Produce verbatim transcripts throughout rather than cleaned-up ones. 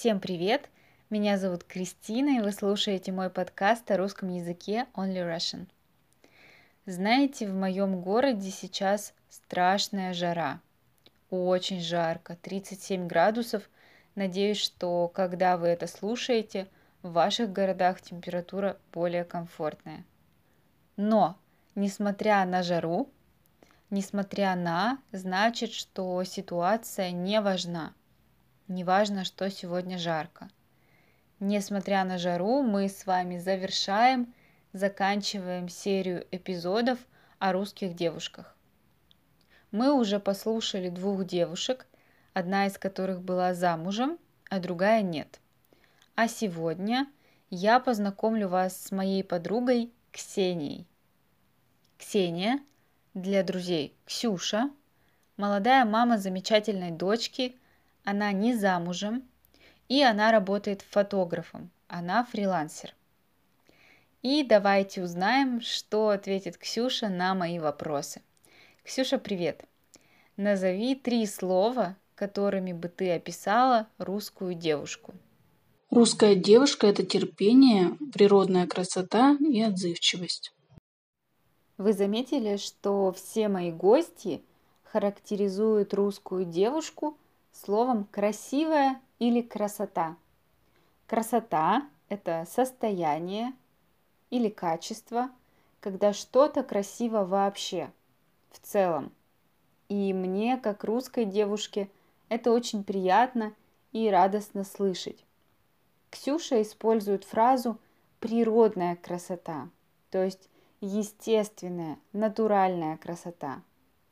Всем привет! Меня зовут Кристина, и вы слушаете мой подкаст о русском языке Only Russian. Знаете, в моем городе сейчас страшная жара. Очень жарко, тридцать семь градусов. Надеюсь, что когда вы это слушаете, в ваших городах температура более комфортная. Но, несмотря на жару, несмотря на, значит, что ситуация не важна. Не важно, что сегодня жарко. Несмотря на жару, мы с вами завершаем, заканчиваем серию эпизодов о русских девушках. Мы уже послушали двух девушек, одна из которых была замужем, а другая нет. А сегодня я познакомлю вас с моей подругой Ксенией. Ксения, для друзей Ксюша, молодая мама замечательной дочки. Она не замужем, и она работает фотографом, она фрилансер. И давайте узнаем, что ответит Ксюша на мои вопросы. Ксюша, привет! Назови три слова, которыми бы ты описала русскую девушку. Русская девушка – это терпение, природная красота и отзывчивость. Вы заметили, что все мои гости характеризуют русскую девушку словом «красивая» или «красота». Красота – это состояние или качество, когда что-то красиво вообще, в целом. И мне, как русской девушке, это очень приятно и радостно слышать. Ксюша использует фразу «природная красота», то есть естественная, натуральная красота.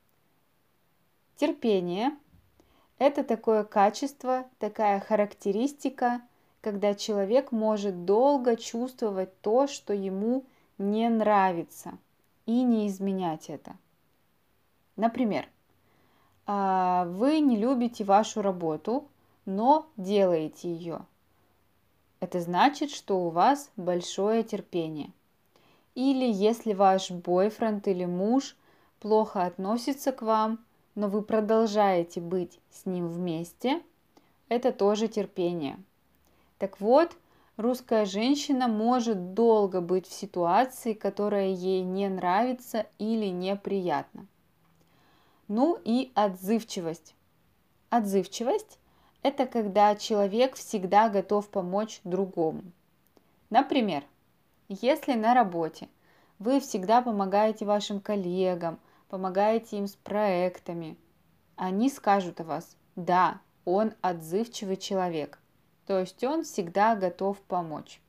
Терпение – это такое качество, такая характеристика, когда человек может долго чувствовать то, что ему не нравится, и не изменять это. Например, вы не любите вашу работу, но делаете ее. Это значит, что у вас большое терпение. Или если ваш бойфренд или муж плохо относится к вам, но вы продолжаете быть с ним вместе, это тоже терпение. Так вот, русская женщина может долго быть в ситуации, которая ей не нравится или неприятна. Ну и отзывчивость. Отзывчивость – это когда человек всегда готов помочь другому. Например, если на работе вы всегда помогаете вашим коллегам, помогаете им с проектами, они скажут о вас: да, он отзывчивый человек, то есть он всегда готов помочь.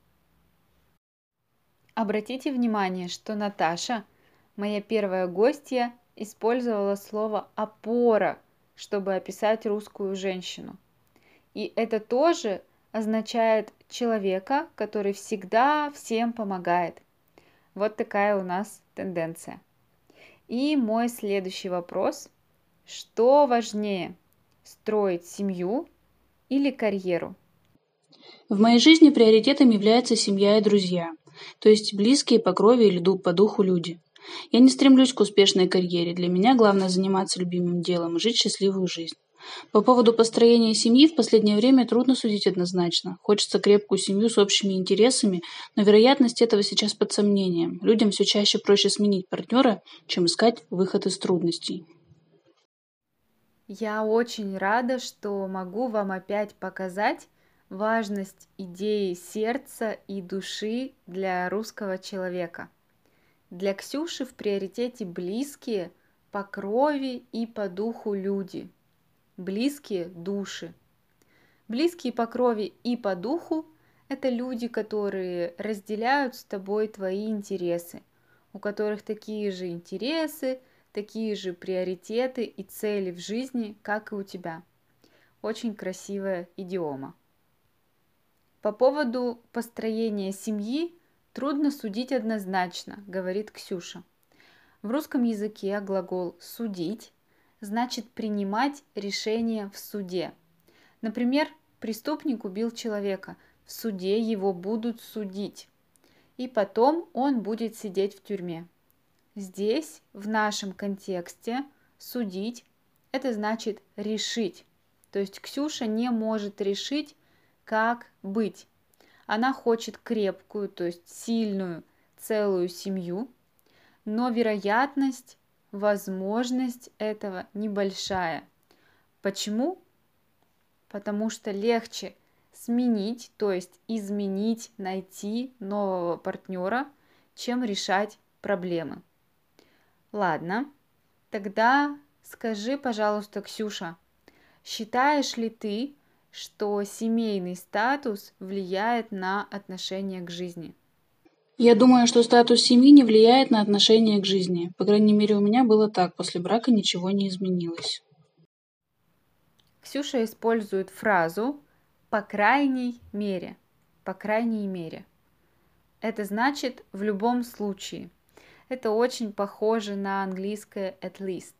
Обратите внимание, что Наташа, моя первая гостья, использовала слово «опора», чтобы описать русскую женщину. И это тоже означает человека, который всегда всем помогает. Вот такая у нас тенденция. И мой следующий вопрос. Что важнее, строить семью или карьеру? В моей жизни приоритетом является семья и друзья, то есть близкие по крови или по духу люди. Я не стремлюсь к успешной карьере, для меня главное заниматься любимым делом и жить счастливую жизнь. По поводу построения семьи в последнее время трудно судить однозначно. Хочется крепкую семью с общими интересами, но вероятность этого сейчас под сомнением. Людям все чаще проще сменить партнера, чем искать выход из трудностей. Я очень рада, что могу вам опять показать важность идеи сердца и души для русского человека. Для Ксюши в приоритете близкие по крови и по духу люди. Близкие души. Близкие по крови и по духу – это люди, которые разделяют с тобой твои интересы, у которых такие же интересы, такие же приоритеты и цели в жизни, как и у тебя. Очень красивая идиома. По поводу построения семьи трудно судить однозначно, говорит Ксюша. В русском языке глагол «судить» значит принимать решение в суде. Например, преступник убил человека, в суде его будут судить, и потом он будет сидеть в тюрьме. Здесь, в нашем контексте, судить – это значит решить. То есть Ксюша не может решить, как быть. Она хочет крепкую, то есть сильную, целую семью, но вероятность, возможность этого небольшая. Почему? Потому что легче сменить, то есть изменить, найти нового партнера, чем решать проблемы. Ладно, тогда скажи, пожалуйста, Ксюша, считаешь ли ты, что семейный статус влияет на отношение к жизни? Я думаю, что статус семьи не влияет на отношение к жизни. По крайней мере, у меня было так. После брака ничего не изменилось. Ксюша использует фразу «по крайней мере». По крайней мере. Это значит в любом случае. Это очень похоже на английское at least.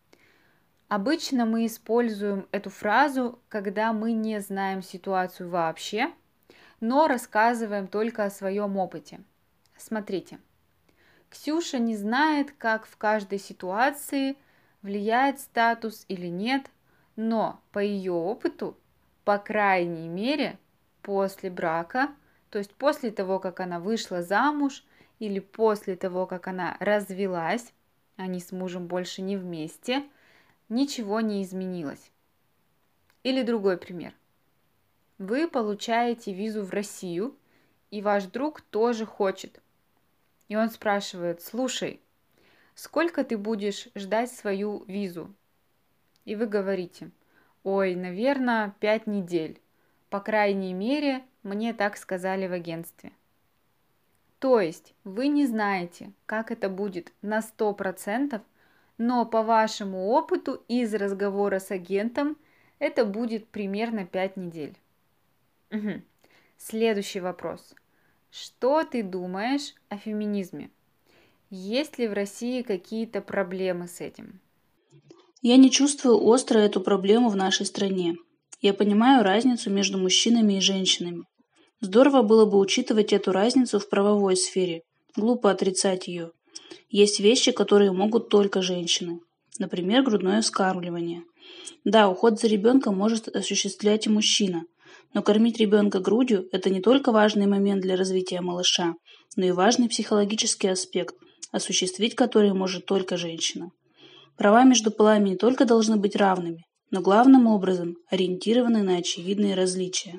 Обычно мы используем эту фразу, когда мы не знаем ситуацию вообще, но рассказываем только о своем опыте. Смотрите, Ксюша не знает, как в каждой ситуации влияет статус или нет, но по ее опыту, по крайней мере, после брака, то есть после того, как она вышла замуж или после того, как она развелась, они с мужем больше не вместе, ничего не изменилось. Или другой пример. Вы получаете визу в Россию, и ваш друг тоже хочет. И он спрашивает: слушай, сколько ты будешь ждать свою визу? И вы говорите: ой, наверное, пять недель. По крайней мере, мне так сказали в агентстве. То есть вы не знаете, как это будет на сто процентов, но по вашему опыту из разговора с агентом это будет примерно пять недель. Угу. Следующий вопрос. Что ты думаешь о феминизме? Есть ли в России какие-то проблемы с этим? Я не чувствую остро эту проблему в нашей стране. Я понимаю разницу между мужчинами и женщинами. Здорово было бы учитывать эту разницу в правовой сфере. Глупо отрицать ее. Есть вещи, которые могут только женщины. Например, грудное вскармливание. Да, уход за ребенком может осуществлять и мужчина, но кормить ребенка грудью – это не только важный момент для развития малыша, но и важный психологический аспект, осуществить который может только женщина. Права между полами не только должны быть равными, но главным образом ориентированы на очевидные различия.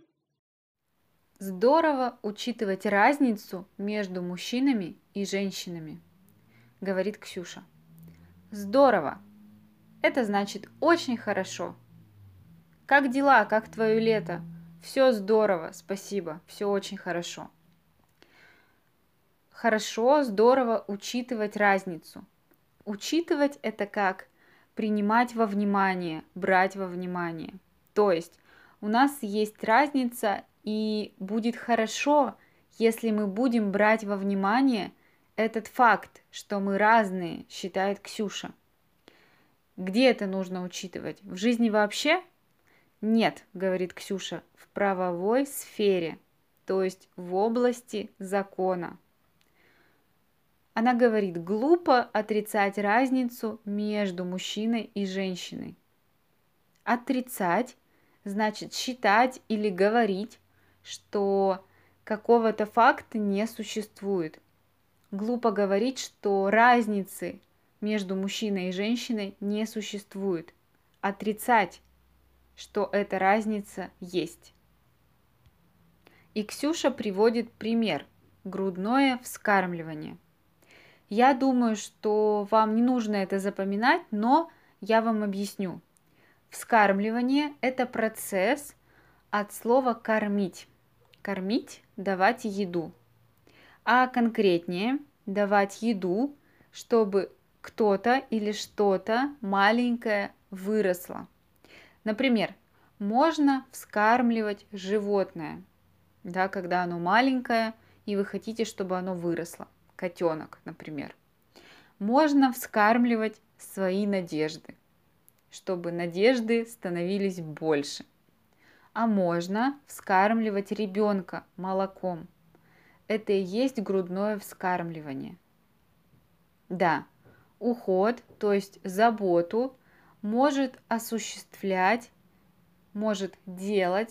Здорово учитывать разницу между мужчинами и женщинами, говорит Ксюша. Здорово. Это значит очень хорошо. Как дела? Как твое лето? Все здорово, спасибо, все очень хорошо. Хорошо, здорово учитывать разницу. Учитывать это как принимать во внимание, брать во внимание. То есть у нас есть разница, и будет хорошо, если мы будем брать во внимание этот факт, что мы разные, считает Ксюша. Где это нужно учитывать? В жизни вообще? Нет, говорит Ксюша, в правовой сфере, то есть в области закона. Она говорит: глупо отрицать разницу между мужчиной и женщиной. Отрицать значит считать или говорить, что какого-то факта не существует. Глупо говорить, что разницы между мужчиной и женщиной не существует. Отрицать, что эта разница есть. И Ксюша приводит пример: грудное вскармливание. Я думаю, что вам не нужно это запоминать, но я вам объясню. Вскармливание – это процесс от слова «кормить». Кормить – давать еду. А конкретнее – давать еду, чтобы кто-то или что-то маленькое выросло. Например, можно вскармливать животное, да, когда оно маленькое, и вы хотите, чтобы оно выросло. Котенок, например. Можно вскармливать свои надежды, чтобы надежды становились больше. А можно вскармливать ребенка молоком. Это и есть грудное вскармливание. Да, уход, то есть заботу, может осуществлять, может делать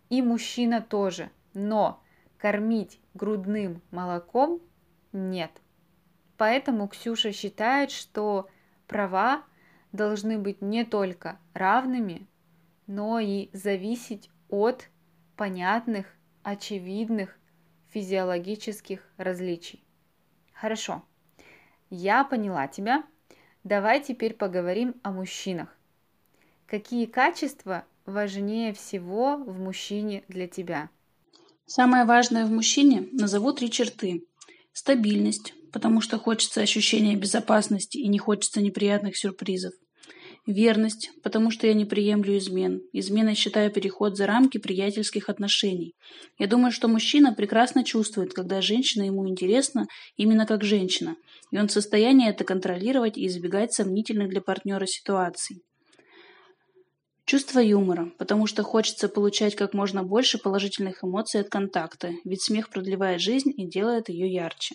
и мужчина тоже, но кормить грудным молоком нет. Поэтому Ксюша считает, что права должны быть не только равными, но и зависеть от понятных, очевидных физиологических различий. Хорошо, я поняла тебя. Давай теперь поговорим о мужчинах. Какие качества важнее всего в мужчине для тебя? Самое важное в мужчине назову три черты. Стабильность, потому что хочется ощущения безопасности и не хочется неприятных сюрпризов. Верность, потому что я не приемлю измен. Изменой считаю переход за рамки приятельских отношений. Я думаю, что мужчина прекрасно чувствует, когда женщина ему интересна именно как женщина, и он в состоянии это контролировать и избегать сомнительных для партнера ситуаций. Чувство юмора, потому что хочется получать как можно больше положительных эмоций от контакта, ведь смех продлевает жизнь и делает ее ярче.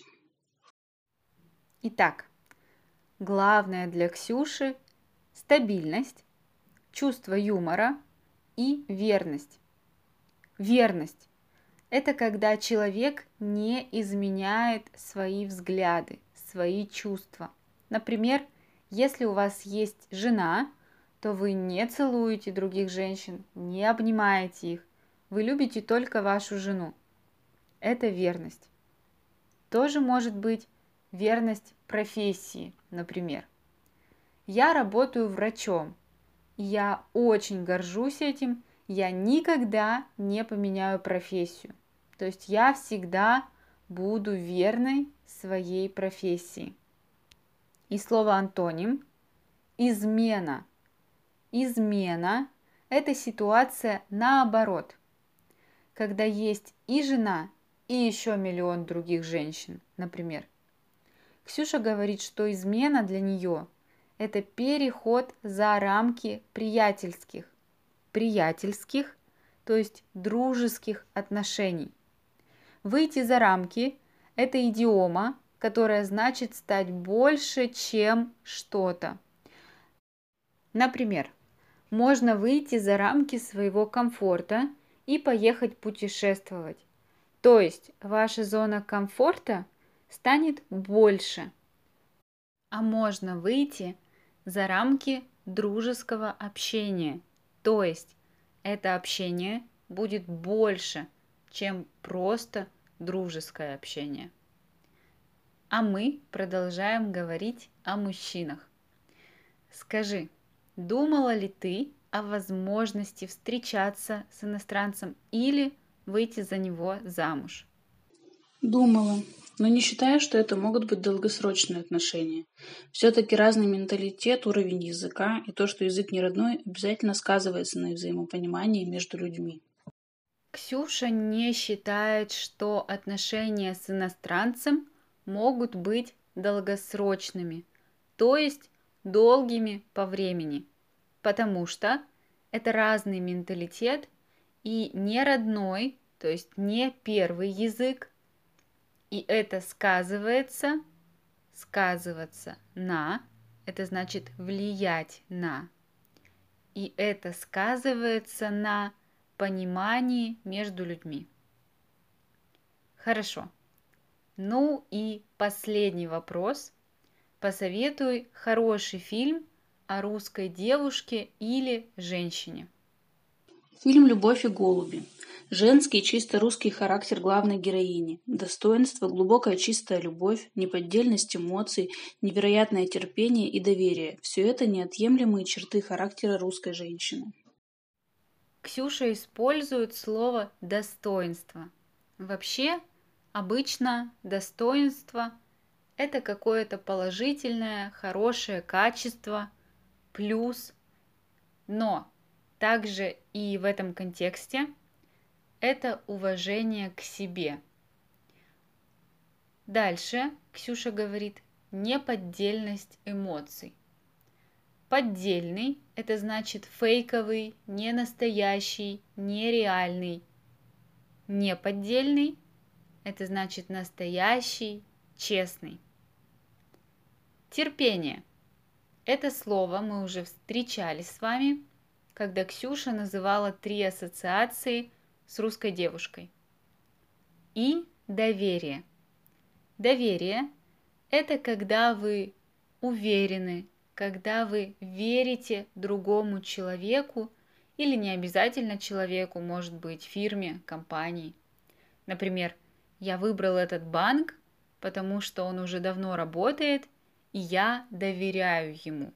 Итак, главное для Ксюши – стабильность, чувство юмора и верность. Верность – это когда человек не изменяет свои взгляды, свои чувства. Например, если у вас есть жена, то вы не целуете других женщин, не обнимаете их, вы любите только вашу жену. Это верность. Тоже может быть верность профессии, например. Я работаю врачом, и я очень горжусь этим, я никогда не поменяю профессию. То есть я всегда буду верной своей профессии. И слово антоним – измена. Измена – это ситуация наоборот, когда есть и жена, и еще миллион других женщин, например. Ксюша говорит, что измена для нее – это переход за рамки приятельских, приятельских, то есть дружеских отношений. Выйти за рамки – это идиома, которая значит стать больше, чем что-то. Например, можно выйти за рамки своего комфорта и поехать путешествовать. То есть ваша зона комфорта станет больше. А можно выйти за рамки дружеского общения. То есть это общение будет больше, чем просто дружеское общение. А мы продолжаем говорить о мужчинах. Скажи, думала ли ты о возможности встречаться с иностранцем или выйти за него замуж? Думала, но не считаю, что это могут быть долгосрочные отношения. Все-таки разный менталитет, уровень языка и то, что язык не родной, обязательно сказывается на взаимопонимании между людьми. Ксюша не считает, что отношения с иностранцем могут быть долгосрочными, то есть долгими по времени, потому что это разный менталитет и не родной, то есть не первый язык, и это сказывается, сказываться на, это значит влиять на, и это сказывается на понимании между людьми. Хорошо. Ну и последний вопрос. Посоветуй хороший фильм о русской девушке или женщине. Фильм «Любовь и голуби». Женский чисто русский характер главной героини. Достоинство, глубокая чистая любовь, неподдельность эмоций, невероятное терпение и доверие. Все это неотъемлемые черты характера русской женщины. Ксюша использует слово «достоинство». Вообще, обычно достоинство – это какое-то положительное, хорошее качество, плюс, но также и в этом контексте это уважение к себе. Дальше Ксюша говорит неподдельность эмоций. Поддельный – это значит фейковый, не настоящий, нереальный. Неподдельный – это значит настоящий, честный. Терпение. Это слово мы уже встречали с вами, когда Ксюша называла три ассоциации с русской девушкой. И доверие. Доверие – это когда вы уверены, когда вы верите другому человеку, или не обязательно человеку, может быть, фирме, компании. Например, я выбрал этот банк, потому что он уже давно работает, и я доверяю ему.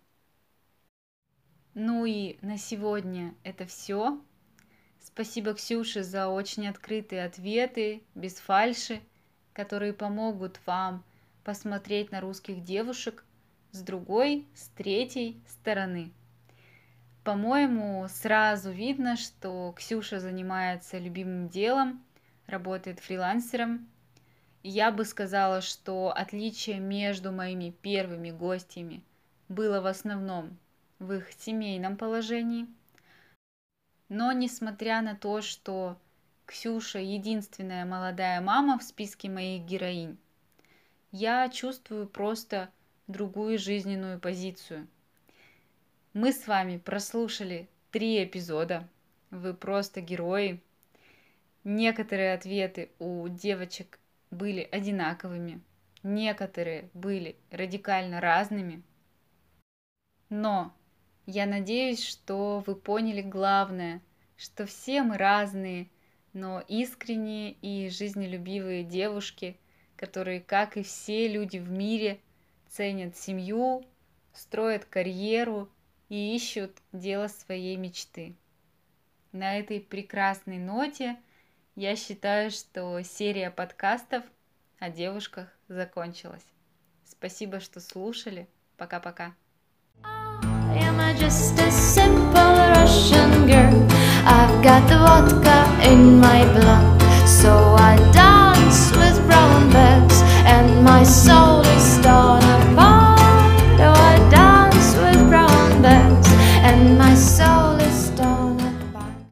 Ну и на сегодня это все. Спасибо Ксюше за очень открытые ответы, без фальши, которые помогут вам посмотреть на русских девушек с другой, с третьей стороны. По-моему, сразу видно, что Ксюша занимается любимым делом, работает фрилансером. И я бы сказала, что отличие между моими первыми гостями было в основном в их семейном положении. Но несмотря на то, что Ксюша единственная молодая мама в списке моих героинь, я чувствую просто другую жизненную позицию. Мы с вами прослушали три эпизода, вы просто герои. Некоторые ответы у девочек были одинаковыми, некоторые были радикально разными. Но я надеюсь, что вы поняли главное, что все мы разные, но искренние и жизнелюбивые девушки, которые, как и все люди в мире, ценят семью, строят карьеру и ищут дело своей мечты. На этой прекрасной ноте я считаю, что серия подкастов о девушках закончилась. Спасибо, что слушали. Пока-пока. Am I just a simple Russian girl? I've got the vodka in my blood, so